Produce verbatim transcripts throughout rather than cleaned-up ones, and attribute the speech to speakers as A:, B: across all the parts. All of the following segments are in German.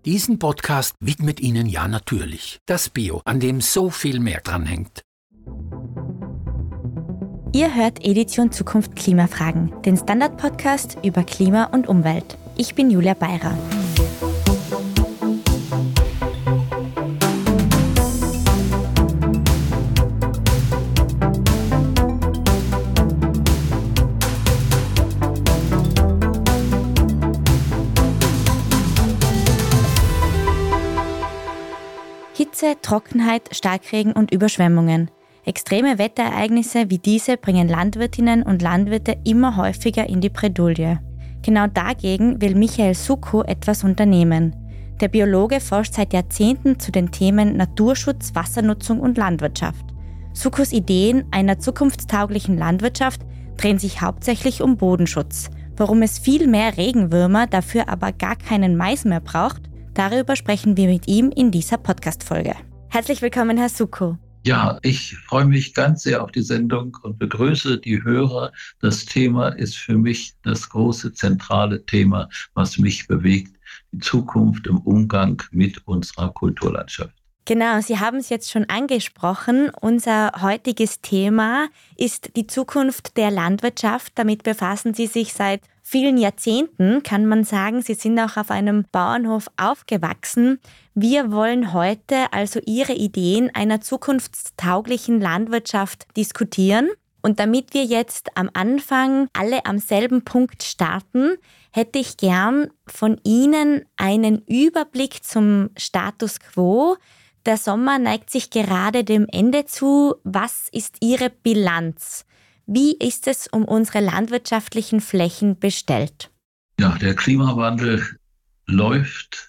A: Diesen Podcast widmet Ihnen Ja natürlich das Bio, an dem so viel mehr dranhängt.
B: Ihr hört Edition Zukunft Klimafragen, den Standard-Podcast über Klima und Umwelt. Ich bin Julia Beirer. Hitze, Trockenheit, Starkregen und Überschwemmungen. Extreme Wetterereignisse wie diese bringen Landwirtinnen und Landwirte immer häufiger in die Bredouille. Genau dagegen will Michael Suckow etwas unternehmen. Der Biologe forscht seit Jahrzehnten zu den Themen Naturschutz, Wassernutzung und Landwirtschaft. Suckows Ideen einer zukunftstauglichen Landwirtschaft drehen sich hauptsächlich um Bodenschutz. Warum es viel mehr Regenwürmer, dafür aber gar keinen Mais mehr braucht, darüber sprechen wir mit ihm in dieser Podcast-Folge. Herzlich willkommen, Herr Suckow.
C: Ja, ich freue mich ganz sehr auf die Sendung und begrüße die Hörer. Das Thema ist für mich das große zentrale Thema, was mich bewegt, die Zukunft im Umgang mit unserer Kulturlandschaft.
B: Genau, Sie haben es jetzt schon angesprochen. Unser heutiges Thema ist die Zukunft der Landwirtschaft. Damit befassen Sie sich seit vielen Jahrzehnten, kann man sagen. Sie sind auch auf einem Bauernhof aufgewachsen. Wir wollen heute also Ihre Ideen einer zukunftstauglichen Landwirtschaft diskutieren. Und damit wir jetzt am Anfang alle am selben Punkt starten, hätte ich gern von Ihnen einen Überblick zum Status quo. Der Sommer neigt sich gerade dem Ende zu. Was ist Ihre Bilanz? Wie ist es um unsere landwirtschaftlichen Flächen bestellt?
C: Ja, der Klimawandel läuft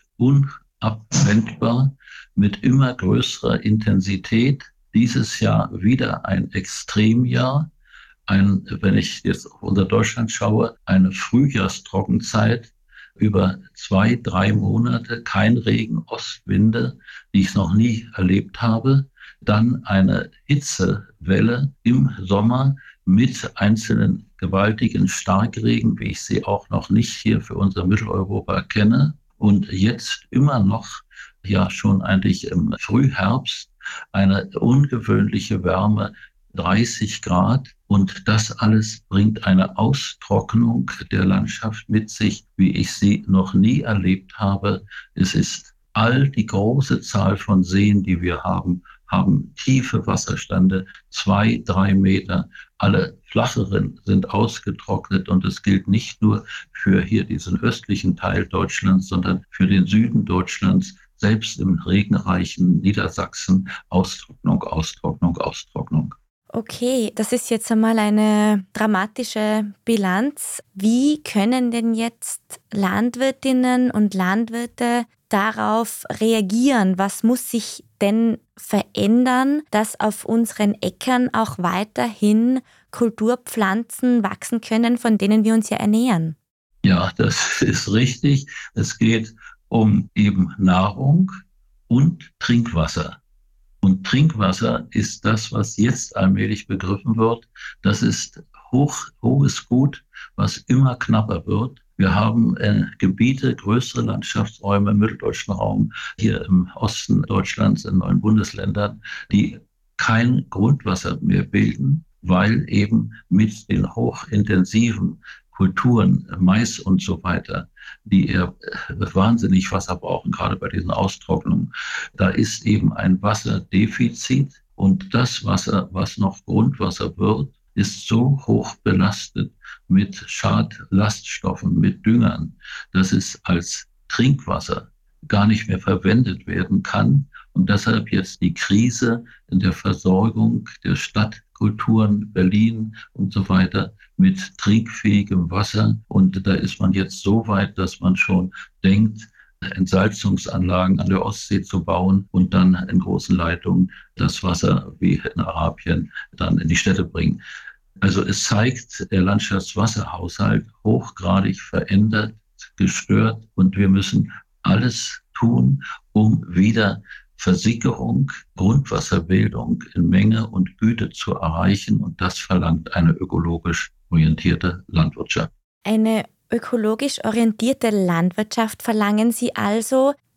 C: unabwendbar mit immer größerer Intensität. Dieses Jahr wieder ein Extremjahr. Ein, wenn ich jetzt auf unser Deutschland schaue, eine Frühjahrstrockenzeit über zwei, drei Monate, kein Regen, Ostwinde, die ich noch nie erlebt habe. Dann eine Hitzewelle im Sommer mit einzelnen gewaltigen Starkregen, wie ich sie auch noch nicht hier für unser Mitteleuropa kenne. Und jetzt immer noch, ja schon eigentlich im Frühherbst, eine ungewöhnliche Wärme, dreißig Grad. Und das alles bringt eine Austrocknung der Landschaft mit sich, wie ich sie noch nie erlebt habe. Es ist all die große Zahl von Seen, die wir haben, haben tiefe Wasserstände, zwei, drei Meter. Alle flacheren sind ausgetrocknet und es gilt nicht nur für hier diesen östlichen Teil Deutschlands, sondern für den Süden Deutschlands, selbst im regenreichen Niedersachsen, Austrocknung, Austrocknung, Austrocknung.
B: Okay, das ist jetzt einmal eine dramatische Bilanz. Wie können denn jetzt Landwirtinnen und Landwirte darauf reagieren? Was muss sich denn verändern, dass auf unseren Äckern auch weiterhin Kulturpflanzen wachsen können, von denen wir uns ja ernähren?
C: Ja, das ist richtig. Es geht um eben Nahrung und Trinkwasser. Und Trinkwasser ist das, was jetzt allmählich begriffen wird. Das ist hoch, hohes Gut, was immer knapper wird. Wir haben äh, Gebiete, größere Landschaftsräume im mitteldeutschen Raum, hier im Osten Deutschlands, in neuen Bundesländern, die kein Grundwasser mehr bilden, weil eben mit den hochintensiven Kulturen, Mais und so weiter, die eher wahnsinnig Wasser brauchen, gerade bei diesen Austrocknungen. Da ist eben ein Wasserdefizit und das Wasser, was noch Grundwasser wird, ist so hoch belastet mit Schadlaststoffen, mit Düngern, dass es als Trinkwasser gar nicht mehr verwendet werden kann. Und deshalb jetzt die Krise in der Versorgung der Stadtkulturen, Berlin und so weiter, mit trinkfähigem Wasser. Und da ist man jetzt so weit, dass man schon denkt, Entsalzungsanlagen an der Ostsee zu bauen und dann in großen Leitungen das Wasser wie in Arabien dann in die Städte bringen. Also es zeigt, der Landschaftswasserhaushalt hochgradig verändert, gestört und wir müssen alles tun, um wieder Versickerung, Grundwasserbildung in Menge und Güte zu erreichen. Und das verlangt eine ökologisch orientierte Landwirtschaft.
B: Eine ökologisch orientierte Landwirtschaft verlangen Sie also.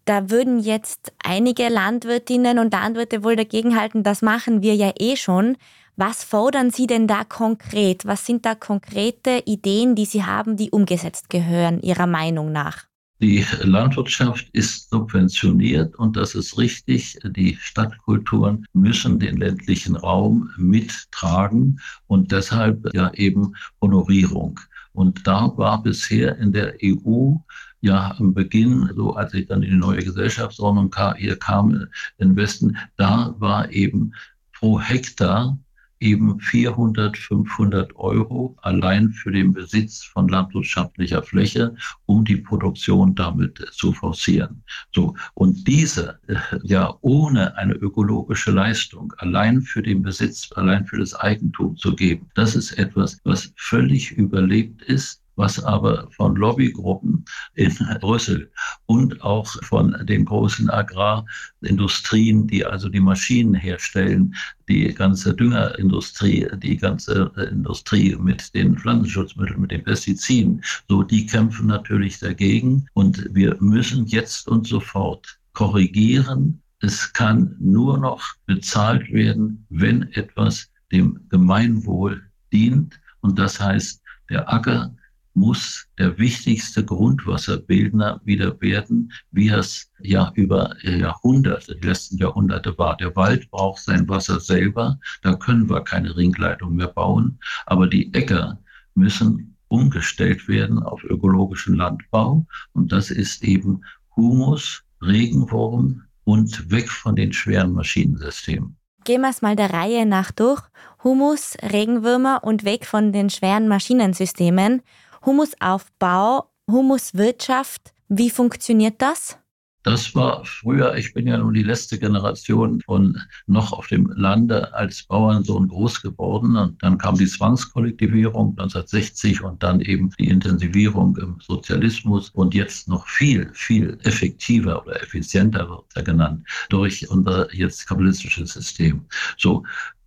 B: Da würden jetzt einige Landwirtinnen und Landwirte wohl dagegenhalten, das machen wir ja eh schon. Was fordern Sie denn da konkret? Was sind da konkrete Ideen, die Sie haben, die umgesetzt gehören, Ihrer Meinung nach?
C: Die Landwirtschaft ist subventioniert und das ist richtig. Die Stadtkulturen müssen den ländlichen Raum mittragen und deshalb ja eben Honorierung. Und da war bisher in der E U ja am Beginn, so als ich dann in die neue Gesellschaftsordnung kam, hier kam in den Westen, da war eben pro Hektar eben vierhundert, fünfhundert Euro allein für den Besitz von landwirtschaftlicher Fläche, um die Produktion damit zu forcieren. So. Und diese, ja, ohne eine ökologische Leistung, allein für den Besitz, allein für das Eigentum zu geben, das ist etwas, was völlig überlebt ist, was aber von Lobbygruppen in Brüssel und auch von den großen Agrarindustrien, die also die Maschinen herstellen, die ganze Düngerindustrie, die ganze Industrie mit den Pflanzenschutzmitteln, mit den Pestiziden, so die kämpfen natürlich dagegen. Und wir müssen jetzt und sofort korrigieren. Es kann nur noch bezahlt werden, wenn etwas dem Gemeinwohl dient. Und das heißt, der Acker muss der wichtigste Grundwasserbildner wieder werden, wie es ja über Jahrhunderte, die letzten Jahrhunderte war. Der Wald braucht sein Wasser selber, da können wir keine Ringleitung mehr bauen, aber die Äcker müssen umgestellt werden auf ökologischen Landbau und das ist eben Humus, Regenwurm und weg von den schweren Maschinensystemen.
B: Gehen wir es mal der Reihe nach durch. Humus, Regenwürmer und weg von den schweren Maschinensystemen. Humusaufbau, Humuswirtschaft, wie funktioniert das?
C: Das war früher, ich bin ja nun die letzte Generation von noch auf dem Lande als Bauernsohn groß geworden und dann kam die Zwangskollektivierung neunzehnhundertsechzig und dann eben die Intensivierung im Sozialismus und jetzt noch viel, viel effektiver oder effizienter wird er genannt durch unser jetzt kapitalistisches System. So.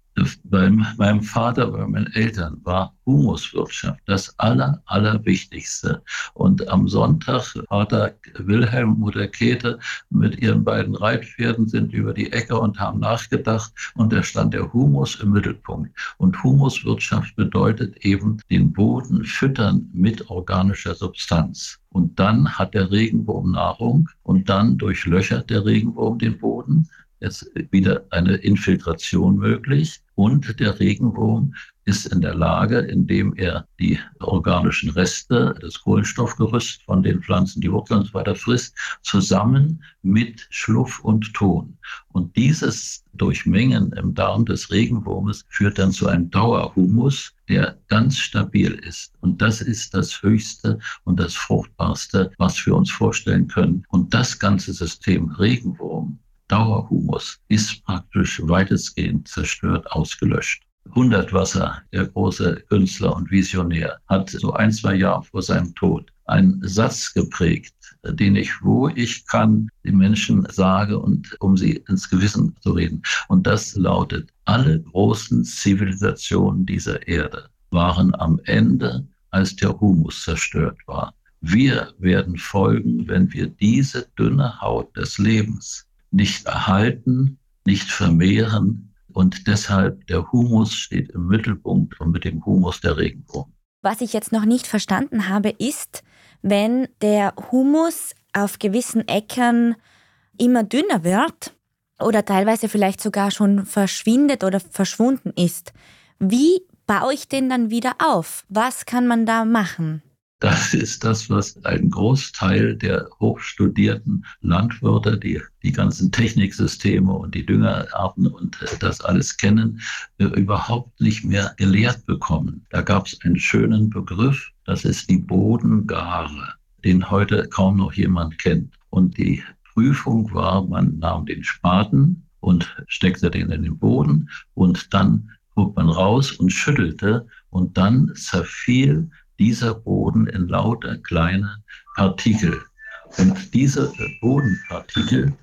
C: Bei meinem Vater, bei meinen Eltern war Humuswirtschaft das aller, allerwichtigste. Und am Sonntag, Vater Wilhelm, Mutter Käthe mit ihren beiden Reitpferden sind über die Äcker und haben nachgedacht. Und da stand der Humus im Mittelpunkt. Und Humuswirtschaft bedeutet eben den Boden füttern mit organischer Substanz. Und dann hat der Regenwurm Nahrung und dann durchlöchert der Regenwurm den Boden. Jetzt wieder eine Infiltration möglich und der Regenwurm ist in der Lage, indem er die organischen Reste, das Kohlenstoffgerüst von den Pflanzen, die Wurzeln und so weiter frisst, zusammen mit Schluff und Ton. Und dieses Durchmengen im Darm des Regenwurmes führt dann zu einem Dauerhumus, der ganz stabil ist. Und das ist das Höchste und das Fruchtbarste, was wir uns vorstellen können. Und das ganze System Regenwurm, Dauerhumus, ist praktisch weitestgehend zerstört, ausgelöscht. Hundertwasser, der große Künstler und Visionär, hat so ein, zwei Jahre vor seinem Tod einen Satz geprägt, den ich, wo ich kann, den Menschen sage, und um sie ins Gewissen zu reden. Und das lautet: Alle großen Zivilisationen dieser Erde waren am Ende, als der Humus zerstört war. Wir werden folgen, wenn wir diese dünne Haut des Lebens nicht erhalten, nicht vermehren. Und deshalb der Humus steht im Mittelpunkt und mit dem Humus der Regenwurm.
B: Was ich jetzt noch nicht verstanden habe, ist, wenn der Humus auf gewissen Äckern immer dünner wird oder teilweise vielleicht sogar schon verschwindet oder verschwunden ist, wie baue ich den dann wieder auf? Was kann man da machen?
C: Das ist das, was ein Großteil der hochstudierten Landwirte, die die ganzen Techniksysteme und die Düngerarten und das alles kennen, überhaupt nicht mehr gelehrt bekommen. Da gab es einen schönen Begriff, das ist die Bodengare, den heute kaum noch jemand kennt. Und die Prüfung war, man nahm den Spaten und steckte den in den Boden und dann hob man raus und schüttelte und dann zerfiel dieser Boden in lauter kleine Partikel. Und diese Bodenpartikel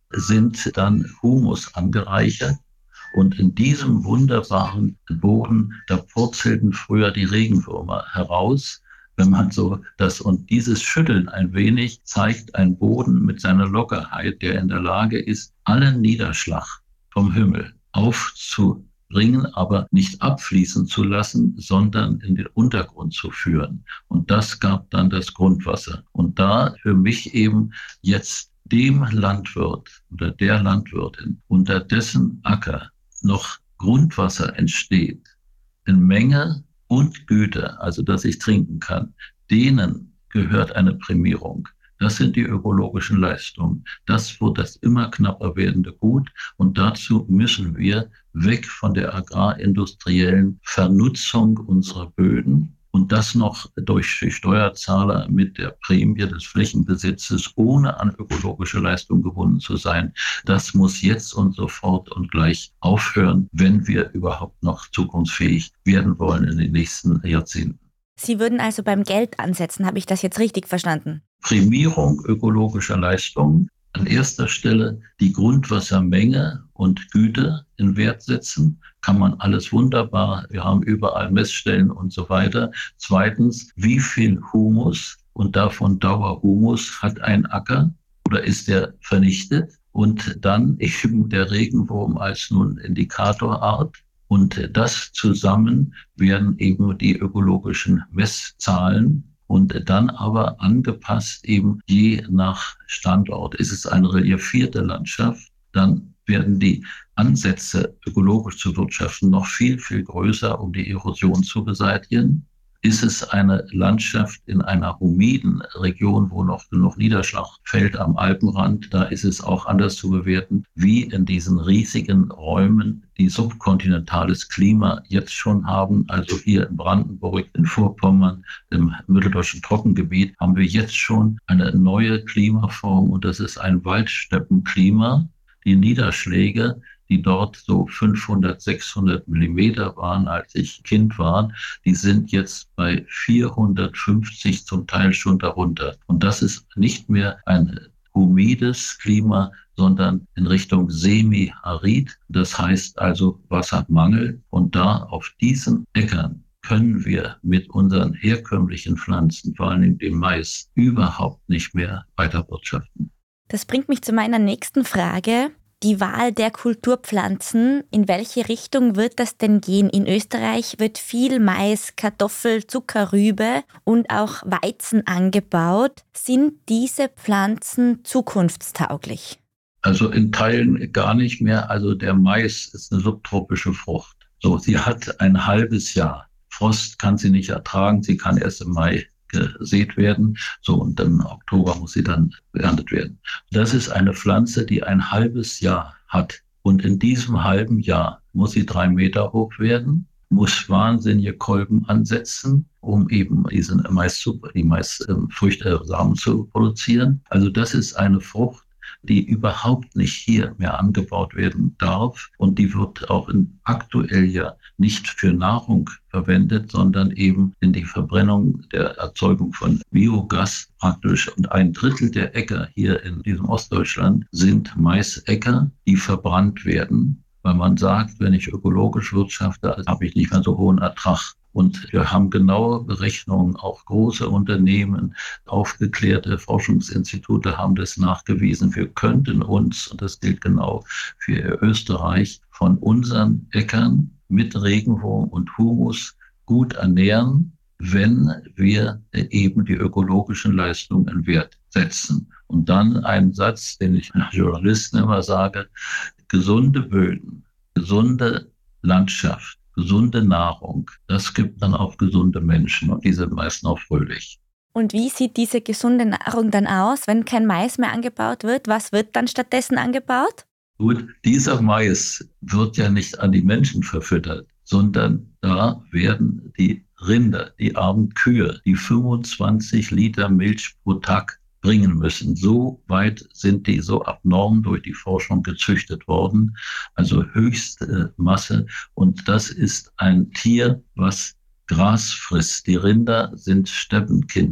C: sind dann Humus angereichert. Und in diesem wunderbaren Boden, da purzelten früher die Regenwürmer heraus, wenn man so das, und dieses Schütteln ein wenig zeigt einen Boden mit seiner Lockerheit, der in der Lage ist, allen Niederschlag vom Himmel aufzubringen, aber nicht abfließen zu lassen, sondern in den Untergrund zu führen. Und das gab dann das Grundwasser. Und da für mich eben jetzt dem Landwirt oder der Landwirtin, unter dessen Acker noch Grundwasser entsteht, in Menge und Güte, also dass ich trinken kann, denen gehört eine Prämierung. Das sind die ökologischen Leistungen. Das wird das immer knapper werdende Gut. Und dazu müssen wir weg von der agrarindustriellen Vernutzung unserer Böden und das noch durch die Steuerzahler mit der Prämie des Flächenbesitzes, ohne an ökologische Leistung gebunden zu sein. Das muss jetzt und sofort und gleich aufhören, wenn wir überhaupt noch zukunftsfähig werden wollen in den nächsten Jahrzehnten.
B: Sie würden also beim Geld ansetzen, habe ich das jetzt richtig verstanden?
C: Prämierung ökologischer Leistungen. An erster Stelle die Grundwassermenge und Güte in Wert setzen. Kann man alles wunderbar. Wir haben überall Messstellen und so weiter. Zweitens, wie viel Humus und davon Dauerhumus hat ein Acker oder ist er vernichtet? Und dann eben der Regenwurm als nun Indikatorart. Und das zusammen werden eben die ökologischen Messzahlen und dann aber angepasst eben je nach Standort. Ist es eine reliefierte Landschaft, dann werden die Ansätze, ökologisch zu wirtschaften, noch viel, viel größer, um die Erosion zu beseitigen. Ist es eine Landschaft in einer humiden Region, wo noch genug Niederschlag fällt am Alpenrand, da ist es auch anders zu bewerten, wie in diesen riesigen Räumen, die subkontinentales Klima jetzt schon haben. Also hier in Brandenburg, in Vorpommern, im mitteldeutschen Trockengebiet haben wir jetzt schon eine neue Klimaform und das ist ein Waldsteppenklima. Die Niederschläge, die dort so fünfhundert, sechshundert Millimeter waren, als ich Kind war, die sind jetzt bei vierhundertfünfzig, zum Teil schon darunter. Und das ist nicht mehr ein humides Klima, sondern in Richtung semi-arid. Das heißt also Wassermangel. Und da auf diesen Äckern können wir mit unseren herkömmlichen Pflanzen, vor allem dem Mais, überhaupt nicht mehr weiterwirtschaften.
B: Das bringt mich zu meiner nächsten Frage. Die Wahl der Kulturpflanzen, in welche Richtung wird das denn gehen? In Österreich wird viel Mais, Kartoffel, Zuckerrübe und auch Weizen angebaut. Sind diese Pflanzen zukunftstauglich?
C: Also in Teilen gar nicht mehr. Also der Mais ist eine subtropische Frucht. So, sie hat ein halbes Jahr. Frost kann sie nicht ertragen. Sie kann erst im Mai gesät werden. So, und im Oktober muss sie dann beerntet werden. Das ist eine Pflanze, die ein halbes Jahr hat. Und in diesem halben Jahr muss sie drei Meter hoch werden, muss wahnsinnige Kolben ansetzen, um eben diesen Mais zu, die Maisfrüchte, äh, Samen zu produzieren. Also das ist eine Frucht, die überhaupt nicht hier mehr angebaut werden darf. Und die wird auch in aktuell ja nicht für Nahrung verwendet, sondern eben in die Verbrennung der Erzeugung von Biogas praktisch. Und ein Drittel der Äcker hier in diesem Ostdeutschland sind Maisäcker, die verbrannt werden, weil man sagt, wenn ich ökologisch wirtschafte, habe ich nicht mehr so hohen Ertrag. Und wir haben genaue Berechnungen, auch große Unternehmen, aufgeklärte Forschungsinstitute haben das nachgewiesen. Wir könnten uns, und das gilt genau für Österreich, von unseren Äckern mit Regenwurm und Humus gut ernähren, wenn wir eben die ökologischen Leistungen in Wert setzen. Und dann ein Satz, den ich Journalisten immer sage: gesunde Böden, gesunde Landschaft, gesunde Nahrung, das gibt dann auch gesunde Menschen und die sind meist auch fröhlich.
B: Und wie sieht diese gesunde Nahrung dann aus, wenn kein Mais mehr angebaut wird? Was wird dann stattdessen angebaut?
C: Gut, dieser Mais wird ja nicht an die Menschen verfüttert, sondern da werden die Rinder, die armen Kühe, die fünfundzwanzig Liter Milch pro Tag bringen müssen. So weit sind die so abnorm durch die Forschung gezüchtet worden, also höchste Masse. Und das ist ein Tier, was Gras frisst. Die Rinder sind Steppenkinder.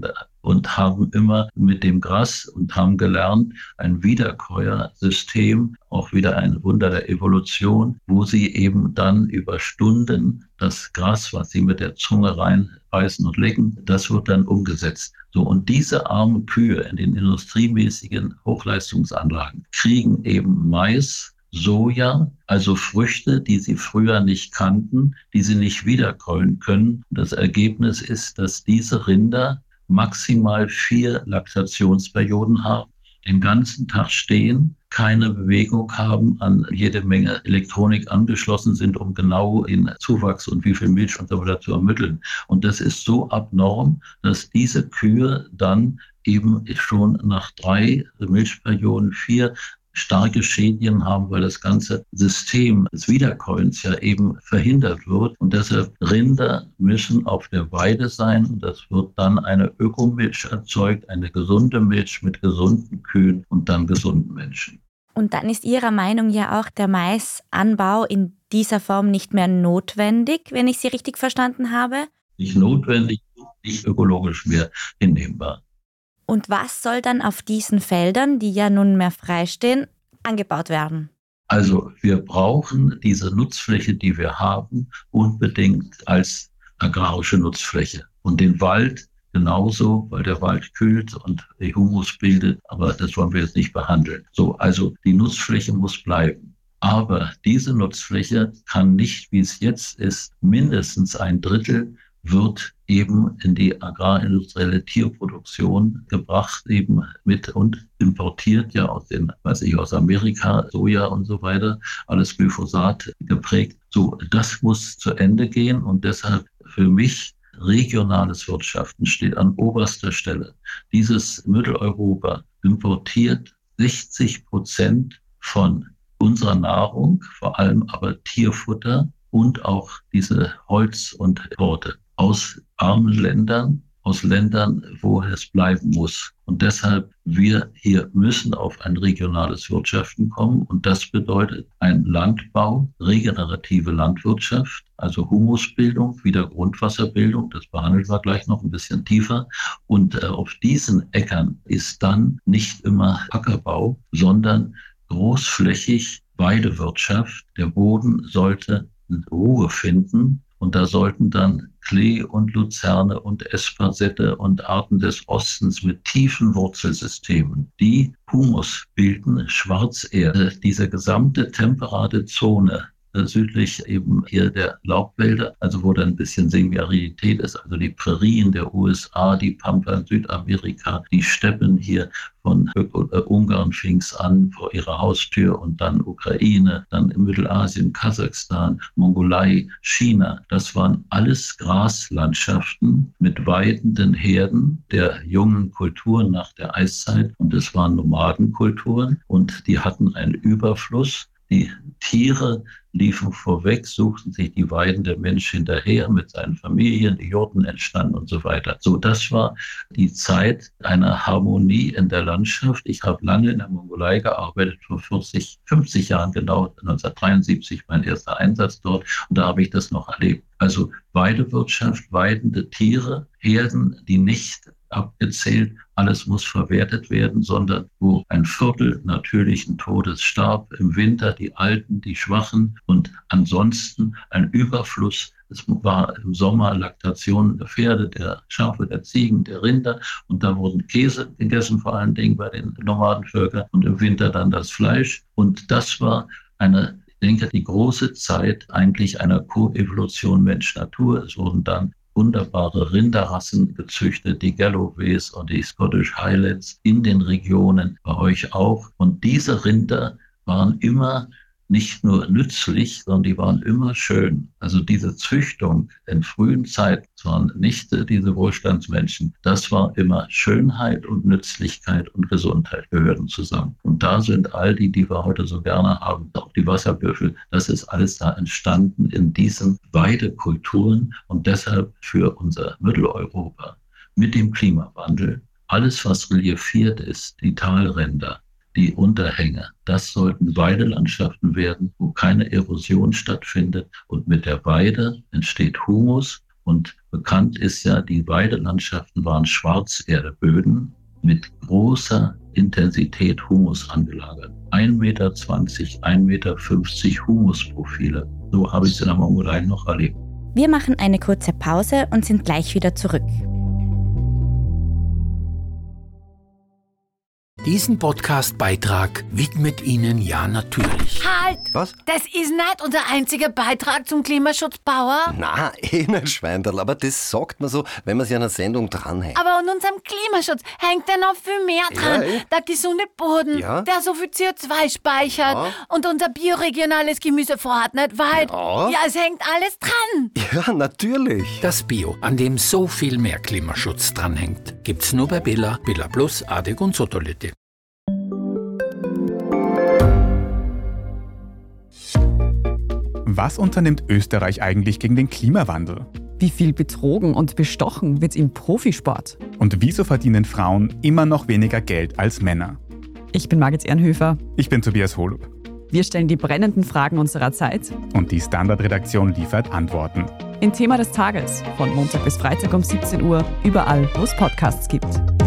C: und haben immer mit dem Gras und haben gelernt, ein Wiederkäuersystem, auch wieder ein Wunder der Evolution, wo sie eben dann über Stunden das Gras, was sie mit der Zunge reinbeißen und lecken, das wird dann umgesetzt. So, und diese armen Kühe in den industriemäßigen Hochleistungsanlagen kriegen eben Mais, Soja, also Früchte, die sie früher nicht kannten, die sie nicht wiederkäuen können. Das Ergebnis ist, dass diese Rinder maximal vier Laktationsperioden haben, den ganzen Tag stehen, keine Bewegung haben, an jede Menge Elektronik angeschlossen sind, um genau den Zuwachs und wie viel Milch und so weiter zu ermitteln. Und das ist so abnorm, dass diese Kühe dann eben schon nach drei Milchperioden vier starke Schäden haben, weil das ganze System des Wiederkäuens ja eben verhindert wird. Und deshalb Rinder müssen auf der Weide sein. Und das wird dann eine Ökomilch erzeugt, eine gesunde Milch mit gesunden Kühen und dann gesunden Menschen.
B: Und dann ist Ihrer Meinung ja auch der Maisanbau in dieser Form nicht mehr notwendig, wenn ich Sie richtig verstanden habe?
C: Nicht notwendig, nicht ökologisch mehr hinnehmbar.
B: Und was soll dann auf diesen Feldern, die ja nunmehr freistehen, angebaut werden?
C: Also wir brauchen diese Nutzfläche, die wir haben, unbedingt als agrarische Nutzfläche. Und den Wald genauso, weil der Wald kühlt und Humus bildet, aber das wollen wir jetzt nicht behandeln. So, also die Nutzfläche muss bleiben. Aber diese Nutzfläche kann nicht, wie es jetzt ist, mindestens ein Drittel wird eben in die agrarindustrielle Tierproduktion gebracht, eben mit und importiert ja aus den, weiß ich, aus Amerika, Soja und so weiter, alles Glyphosat geprägt. So, das muss zu Ende gehen und deshalb für mich regionales Wirtschaften steht an oberster Stelle. Dieses Mitteleuropa importiert sechzig Prozent von unserer Nahrung, vor allem aber Tierfutter und auch diese Holz und Horte aus armen Ländern, aus Ländern, wo es bleiben muss. Und deshalb, wir hier müssen auf ein regionales Wirtschaften kommen. Und das bedeutet ein Landbau, regenerative Landwirtschaft, also Humusbildung, wieder Grundwasserbildung. Das behandeln wir gleich noch ein bisschen tiefer. Und äh, auf diesen Äckern ist dann nicht immer Ackerbau, sondern großflächig Weidewirtschaft. Der Boden sollte Ruhe finden. Und da sollten dann Klee und Luzerne und Esparsette und Arten des Ostens mit tiefen Wurzelsystemen, die Humus bilden, Schwarzerde, diese gesamte temperate Zone, südlich eben hier der Laubwälder, also wo dann ein bisschen Semiaridität ist, also die Prärien der U S A, die Pampa in Südamerika, die Steppen hier von Ungarn fing es an vor ihrer Haustür und dann Ukraine, dann in Mittelasien, Kasachstan, Mongolei, China. Das waren alles Graslandschaften mit weidenden Herden der jungen Kulturen nach der Eiszeit und es waren Nomadenkulturen und die hatten einen Überfluss. Die Tiere liefen vorweg, suchten sich die Weiden der Mensch hinterher mit seinen Familien, die Jurten entstanden und so weiter. So, das war die Zeit einer Harmonie in der Landschaft. Ich habe lange in der Mongolei gearbeitet, vor vierzig, fünfzig Jahren genau, neunzehnhundertdreiundsiebzig mein erster Einsatz dort und da habe ich das noch erlebt. Also Weidewirtschaft, weidende Tiere, Herden, die nicht abgezählt, alles muss verwertet werden, sondern wo ein Viertel natürlichen Todes starb, im Winter die Alten, die Schwachen und ansonsten ein Überfluss. Es war im Sommer Laktation der Pferde, der Schafe, der Ziegen, der Rinder und da wurden Käse gegessen, vor allen Dingen bei den Nomadenvölkern und im Winter dann das Fleisch und das war eine, ich denke, die große Zeit eigentlich einer Koevolution Mensch-Natur. Es wurden dann wunderbare Rinderrassen gezüchtet, die Galloways und die Scottish Highlands in den Regionen, bei euch auch. Und diese Rinder waren immer nicht nur nützlich, sondern die waren immer schön. Also diese Züchtung in frühen Zeiten, das waren nicht diese Wohlstandsmenschen, das war immer Schönheit und Nützlichkeit und Gesundheit gehörten zusammen. Und da sind all die, die wir heute so gerne haben, auch die Wasserbüffel, das ist alles da entstanden in diesen Weidekulturen und deshalb für unser Mitteleuropa mit dem Klimawandel, alles was reliefiert ist, die Talränder, die Unterhänge, das sollten Weidelandschaften werden, wo keine Erosion stattfindet. Und mit der Weide entsteht Humus Und bekannt ist ja, die Weidelandschaften waren Schwarzerdeböden mit großer Intensität Humus angelagert. ein Meter zwanzig, ein Meter fünfzig Humusprofile. So habe ich es in der Mongolei noch erlebt.
B: Wir machen eine kurze Pause und sind gleich wieder zurück.
A: Diesen Podcast-Beitrag widmet Ihnen Ja natürlich.
D: Halt!
E: Was?
D: Das ist nicht unser einziger Beitrag zum Klimaschutz, Bauer.
E: Na, eh nicht, Schweinderl, aber das sagt man so, wenn man sich an einer Sendung dranhängt.
D: Aber an unserem Klimaschutz hängt ja noch viel mehr dran.
E: Ja, eh.
D: Der gesunde Boden,
E: Ja.
D: der so viel C O zwei speichert
E: Ja.
D: und unser bioregionales Gemüse vorhat nicht weit.
E: Ja.
D: Ja, es hängt alles dran.
E: Ja, natürlich.
A: Das Bio, an dem so viel mehr Klimaschutz dranhängt, gibt's nur bei Billa, Billa Plus, Adek und Sotolette.
F: Was unternimmt Österreich eigentlich gegen den Klimawandel?
G: Wie viel betrogen und bestochen wird im Profisport?
F: Und wieso verdienen Frauen immer noch weniger Geld als Männer?
G: Ich bin Margit Ehrenhöfer.
F: Ich bin Tobias Holub.
G: Wir stellen die brennenden Fragen unserer Zeit
F: Und die Standardredaktion liefert Antworten.
G: in Thema des Tages von Montag bis Freitag um siebzehn Uhr, überall, wo es Podcasts gibt.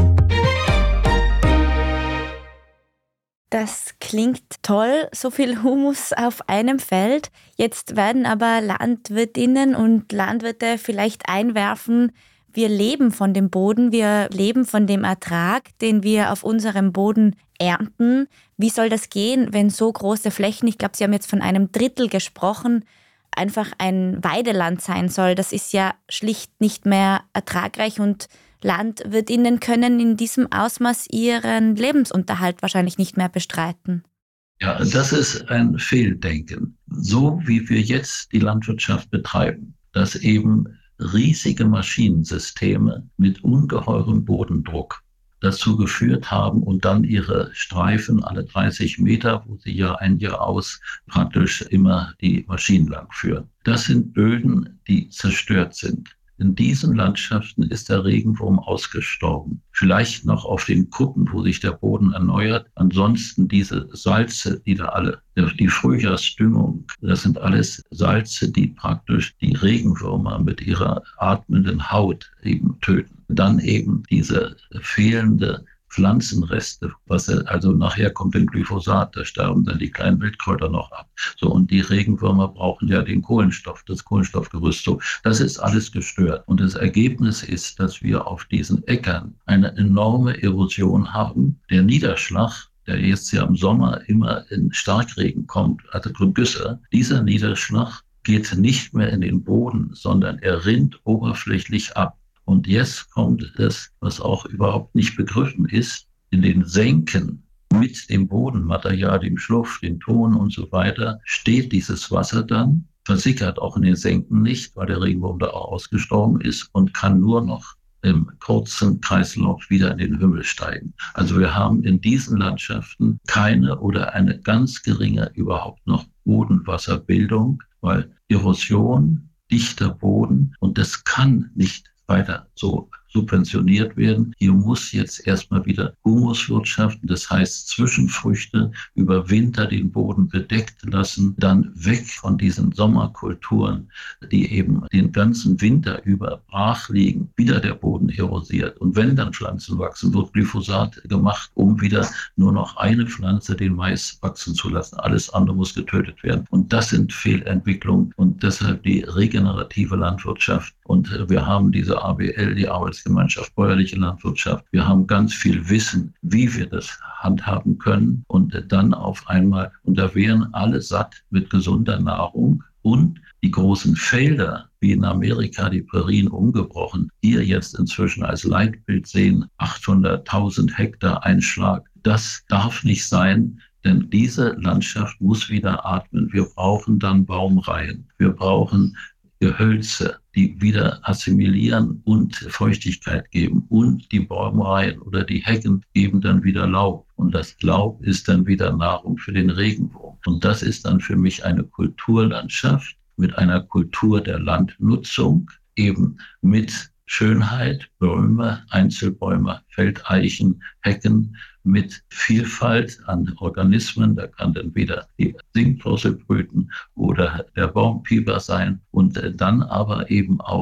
B: Das klingt toll, so viel Humus auf einem Feld. Jetzt werden aber Landwirtinnen und Landwirte vielleicht einwerfen, wir leben von dem Boden, wir leben von dem Ertrag, den wir auf unserem Boden ernten. Wie soll das gehen, wenn so große Flächen, ich glaube, Sie haben jetzt von einem Drittel gesprochen, einfach ein Weideland sein soll? Das ist ja schlicht nicht mehr ertragreich und Landwirtinnen können in diesem Ausmaß ihren Lebensunterhalt wahrscheinlich nicht mehr bestreiten.
C: Ja, das ist ein Fehldenken. So wie wir jetzt die Landwirtschaft betreiben, dass eben riesige Maschinensysteme mit ungeheurem Bodendruck dazu geführt haben und dann ihre Streifen alle dreißig Meter, wo sie Jahr ein Jahr aus praktisch immer die Maschinen lang führen. Das sind Böden, die zerstört sind. In diesen Landschaften ist der Regenwurm ausgestorben. Vielleicht noch auf den Kuppen, wo sich der Boden erneuert. Ansonsten diese Salze, die da alle, die Frühjahrsdüngung, das sind alles Salze, die praktisch die Regenwürmer mit ihrer atmenden Haut eben töten. Dann eben diese fehlende Pflanzenreste, was also nachher kommt in Glyphosat, da sterben dann die kleinen Wildkräuter noch ab. So, und die Regenwürmer brauchen ja den Kohlenstoff, das Kohlenstoffgerüst. So, das ist alles gestört. Und das Ergebnis ist, dass wir auf diesen Äckern eine enorme Erosion haben. Der Niederschlag, der jetzt ja im Sommer immer in Starkregen kommt, also Güsse, dieser Niederschlag geht nicht mehr in den Boden, sondern er rinnt oberflächlich ab. Und jetzt kommt das, was auch überhaupt nicht begriffen ist, in den Senken mit dem Bodenmaterial, dem Schluff, dem Ton und so weiter, steht dieses Wasser dann, versickert auch in den Senken nicht, weil der Regenwurm da auch ausgestorben ist und kann nur noch im kurzen Kreislauf wieder in den Himmel steigen. Also wir haben in diesen Landschaften keine oder eine ganz geringe überhaupt noch Bodenwasserbildung, weil Erosion, dichter Boden, und das kann nicht weiter so subventioniert werden. Hier muss jetzt erstmal wieder Humuswirtschaften, das heißt Zwischenfrüchte über Winter den Boden bedeckt lassen, dann weg von diesen Sommerkulturen, die eben den ganzen Winter über brach liegen, wieder der Boden erosiert. Und wenn dann Pflanzen wachsen, wird Glyphosat gemacht, um wieder nur noch eine Pflanze, den Mais, wachsen zu lassen. Alles andere muss getötet werden. Und das sind Fehlentwicklungen und deshalb die regenerative Landwirtschaft. Und wir haben diese A B L, die Arbeitsgemeinschaft Bäuerliche Landwirtschaft. Wir haben ganz viel Wissen, wie wir das handhaben können. Und dann auf einmal, und da wären alle satt mit gesunder Nahrung. Und die großen Felder, wie in Amerika die Prärien umgebrochen, hier jetzt inzwischen als Leitbild sehen, achthunderttausend Hektar Einschlag. Das darf nicht sein. Denn diese Landschaft muss wieder atmen. Wir brauchen dann Baumreihen. Wir brauchen Gehölze, die wieder assimilieren und Feuchtigkeit geben. Und die Baumreihen oder die Hecken geben dann wieder Laub. Und das Laub ist dann wieder Nahrung für den Regenwurm. Und das ist dann für mich eine Kulturlandschaft mit einer Kultur der Landnutzung, eben mit Schönheit, Bäume, Einzelbäume, Feldeichen, Hecken, mit Vielfalt an Organismen. Da kann dann wieder die Singflosse brüten oder der Baumpieper sein und dann aber eben auch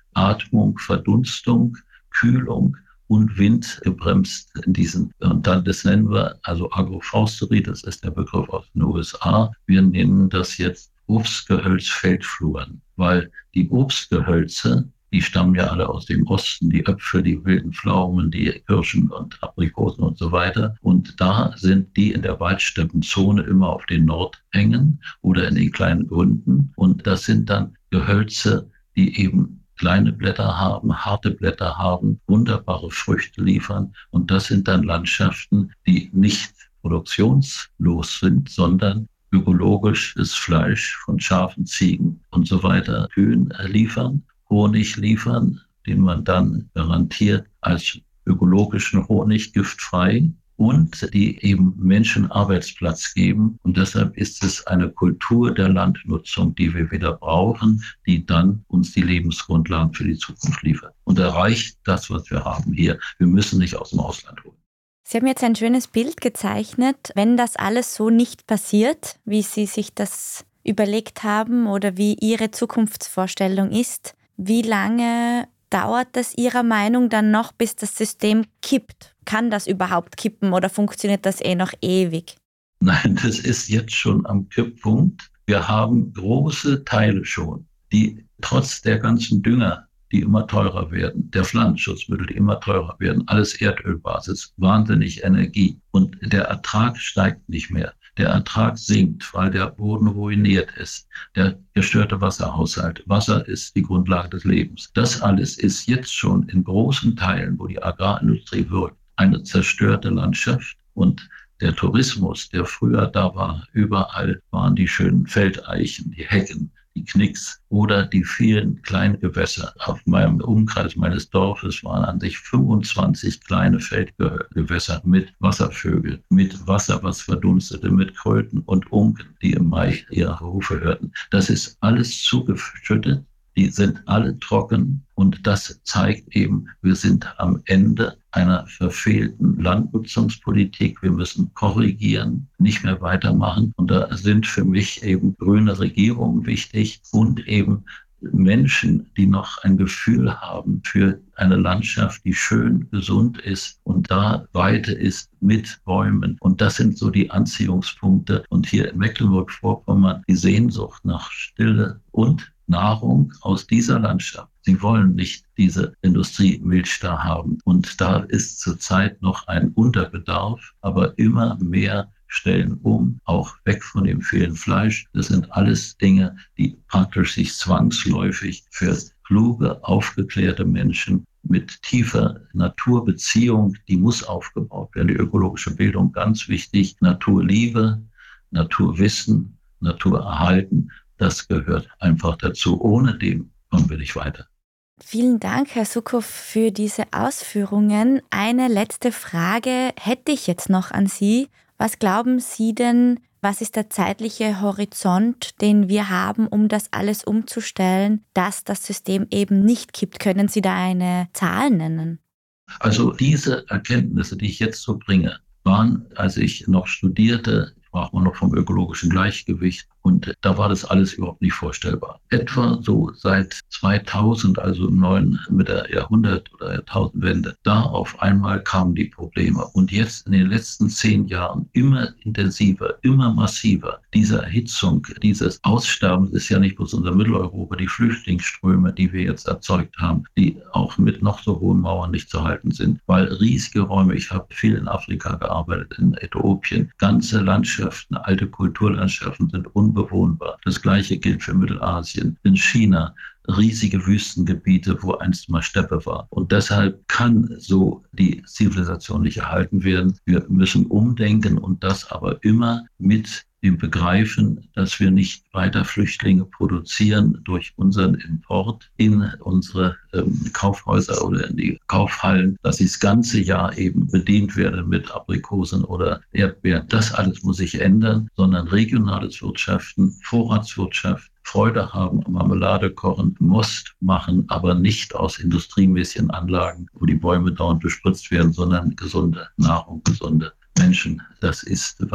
C: Atmung, Verdunstung, Kühlung und Wind gebremst in diesen. Und dann, das nennen wir also Agroforsterie, das ist der Begriff aus den U S A. Wir nennen das jetzt Obstgehölz-Feldfluren, weil die Obstgehölze, die stammen ja alle aus dem Osten, die Äpfel, die wilden Pflaumen, die Kirschen und Aprikosen und so weiter. Und da sind die in der Waldsteppenzone immer auf den Nordhängen oder in den kleinen Gründen. Und das sind dann Gehölze, die eben kleine Blätter haben, harte Blätter haben, wunderbare Früchte liefern. Und das sind dann Landschaften, die nicht produktionslos sind, sondern ökologisches Fleisch von Schafen, Ziegen und so weiter, Kühen liefern. Honig liefern, den man dann garantiert als ökologischen Honig giftfrei und die eben Menschen Arbeitsplatz geben. Und deshalb ist es eine Kultur der Landnutzung, die wir wieder brauchen, die dann uns die Lebensgrundlagen für die Zukunft liefert. Und erreicht das, was wir haben hier. Wir müssen nicht aus dem Ausland holen.
B: Sie haben jetzt ein schönes Bild gezeichnet. Wenn das alles so nicht passiert, wie Sie sich das überlegt haben oder wie Ihre Zukunftsvorstellung ist, wie lange dauert das Ihrer Meinung dann noch, bis das System kippt? Kann das überhaupt kippen oder funktioniert das eh noch ewig?
C: Nein, das ist jetzt schon am Kipppunkt. Wir haben große Teile schon, die trotz der ganzen Dünger, die immer teurer werden, der Pflanzenschutzmittel, die immer teurer werden, alles Erdölbasis, wahnsinnig Energie. Und der Ertrag steigt nicht mehr. Der Ertrag sinkt, weil der Boden ruiniert ist. Der gestörte Wasserhaushalt. Wasser ist die Grundlage des Lebens. Das alles ist jetzt schon in großen Teilen, wo die Agrarindustrie wirkt, eine zerstörte Landschaft. Und der Tourismus, der früher da war, überall waren die schönen Feldeichen, die Hecken, die Knicks oder die vielen kleinen Gewässer. Auf meinem Umkreis meines Dorfes waren an sich fünfundzwanzig kleine Feldgewässer mit Wasservögeln, mit Wasser, was verdunstete, mit Kröten und Unken, die im Mai ihre Rufe hörten. Das ist alles zugeschüttet. Die sind alle trocken und das zeigt eben, wir sind am Ende einer verfehlten Landnutzungspolitik. Wir müssen korrigieren, nicht mehr weitermachen. Und da sind für mich eben grüne Regierungen wichtig und eben Menschen, die noch ein Gefühl haben für eine Landschaft, die schön, gesund ist und da Weite ist mit Bäumen. Und das sind so die Anziehungspunkte. Und hier in Mecklenburg-Vorpommern die Sehnsucht nach Stille und Nahrung aus dieser Landschaft. Sie wollen nicht diese Industriemilch da haben. Und da ist zurzeit noch ein Unterbedarf, aber immer mehr stellen um, auch weg von dem vielen Fleisch. Das sind alles Dinge, die praktisch sich zwangsläufig für kluge, aufgeklärte Menschen mit tiefer Naturbeziehung, die muss aufgebaut werden. Die ökologische Bildung, ganz wichtig. Naturliebe, Naturwissen, Naturerhalten. Das gehört einfach dazu. Ohne dem kommen wir nicht weiter.
B: Vielen Dank, Herr Suckhoff, für diese Ausführungen. Eine letzte Frage hätte ich jetzt noch an Sie. Was glauben Sie denn, was ist der zeitliche Horizont, den wir haben, um das alles umzustellen, dass das System eben nicht kippt? Können Sie da eine Zahl nennen?
C: Also diese Erkenntnisse, die ich jetzt so bringe, waren, als ich noch studierte, sprach man noch vom ökologischen Gleichgewicht. Und da war das alles überhaupt nicht vorstellbar. Etwa so seit zweitausend, also im neuen, mit der Jahrhundert- oder Jahrtausendwende, da auf einmal kamen die Probleme. Und jetzt in den letzten zehn Jahren immer intensiver, immer massiver. Diese Erhitzung, dieses Aussterben ist ja nicht bloß unser Mitteleuropa, die Flüchtlingsströme, die wir jetzt erzeugt haben, die auch mit noch so hohen Mauern nicht zu halten sind. Weil riesige Räume, ich habe viel in Afrika gearbeitet, in Äthiopien, ganze Landschaften, alte Kulturlandschaften sind unbewohnbar. Das Gleiche gilt für Mittelasien, in China, riesige Wüstengebiete, wo einst mal Steppe war. Und deshalb kann so die Zivilisation nicht erhalten werden. Wir müssen umdenken und das aber immer mit dem Begreifen, dass wir nicht weiter Flüchtlinge produzieren durch unseren Import in unsere ähm, Kaufhäuser oder in die Kaufhallen, dass ich das ganze Jahr eben bedient werde mit Aprikosen oder Erdbeeren. Das alles muss sich ändern, sondern regionales Wirtschaften, Vorratswirtschaft, Freude haben, Marmelade kochen, Most machen, aber nicht aus industriemäßigen Anlagen, wo die Bäume dauernd bespritzt werden, sondern gesunde Nahrung, gesunde Menschen. Das ist, was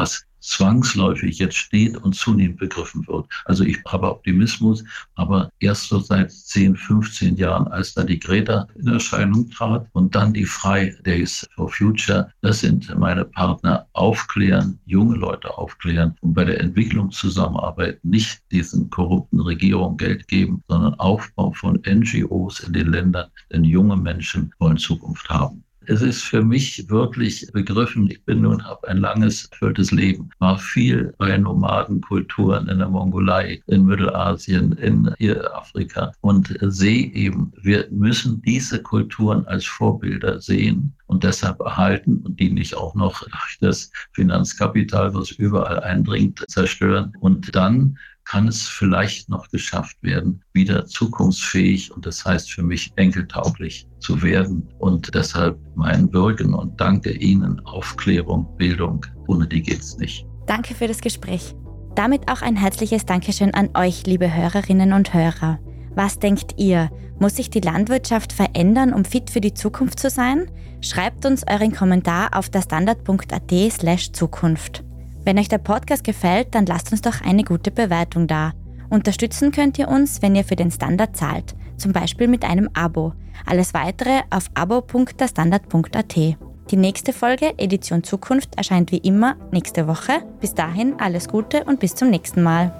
C: zwangsläufig jetzt steht und zunehmend begriffen wird. Also ich habe Optimismus, aber erst so seit zehn, fünfzehn Jahren, als da die Greta in Erscheinung trat und dann die Fridays for Future, das sind meine Partner, aufklären, junge Leute aufklären und bei der Entwicklung zusammenarbeiten, nicht diesen korrupten Regierungen Geld geben, sondern Aufbau von N G Os in den Ländern, denn junge Menschen wollen Zukunft haben. Es ist für mich wirklich begriffen, ich bin nun, habe ein langes, erfülltes Leben, war viel bei Nomadenkulturen in der Mongolei, in Mittelasien, in Afrika und sehe eben, wir müssen diese Kulturen als Vorbilder sehen und deshalb erhalten und die nicht auch noch durch das Finanzkapital, was überall eindringt, zerstören. Und dann kann es vielleicht noch geschafft werden, wieder zukunftsfähig und das heißt für mich enkeltauglich zu werden. Und deshalb mein Bürgen und danke Ihnen, Aufklärung, Bildung, ohne die geht's nicht.
B: Danke für das Gespräch. Damit auch ein herzliches Dankeschön an euch, liebe Hörerinnen und Hörer. Was denkt ihr? Muss sich die Landwirtschaft verändern, um fit für die Zukunft zu sein? Schreibt uns euren Kommentar auf derstandard punkt at slash Zukunft. Wenn euch der Podcast gefällt, dann lasst uns doch eine gute Bewertung da. Unterstützen könnt ihr uns, wenn ihr für den Standard zahlt, zum Beispiel mit einem Abo. Alles weitere auf abo punkt derstandard punkt at. Die nächste Folge, Edition Zukunft, erscheint wie immer nächste Woche. Bis dahin alles Gute und bis zum nächsten Mal.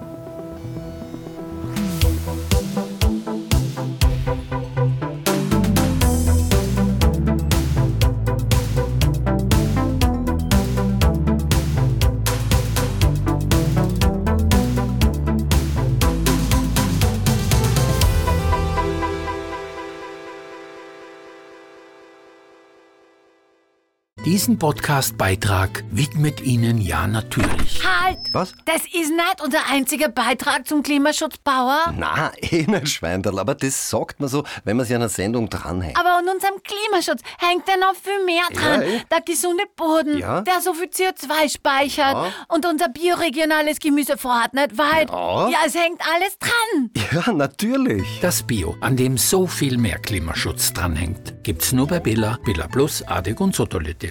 A: Diesen Podcast-Beitrag widmet Ihnen ja natürlich.
D: Halt!
E: Was?
D: Das ist nicht unser einziger Beitrag zum Klimaschutz, Bauer.
E: Na, eh nicht, Schweinderl, aber das sagt man so, wenn man sich an einer Sendung dranhängt.
D: Aber an unserem Klimaschutz hängt ja noch viel mehr dran.
E: Ja, eh.
D: Der gesunde Boden,
E: Ja.
D: der so viel C O zwei speichert
E: Ja.
D: und unser bioregionales Gemüse vorhat, nicht weit.
E: Ja.
D: Ja, es hängt alles dran.
E: Ja, natürlich.
A: Das Bio, an dem so viel mehr Klimaschutz dranhängt, gibt's nur bei Billa, Billa Plus, Adek und Sotolette.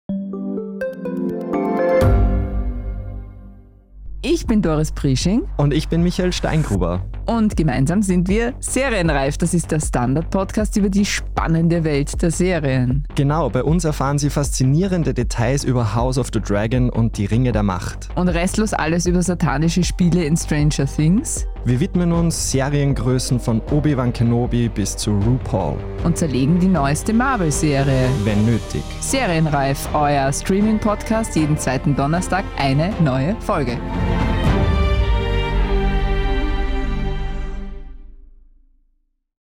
G: Ich bin Doris Prisching
H: Und ich bin Michael Steingruber.
G: und gemeinsam sind wir Serienreif. Das ist der Standard-Podcast über die spannende Welt der Serien.
H: Genau, bei uns erfahren Sie faszinierende Details über House of the Dragon und die Ringe der Macht.
G: Und restlos alles über satanische Spiele in Stranger Things.
H: Wir widmen uns Seriengrößen von Obi-Wan Kenobi bis zu RuPaul,
G: Und zerlegen die neueste Marvel-Serie.
H: wenn nötig.
G: Serienreif, euer Streaming-Podcast, jeden zweiten Donnerstag eine neue Folge.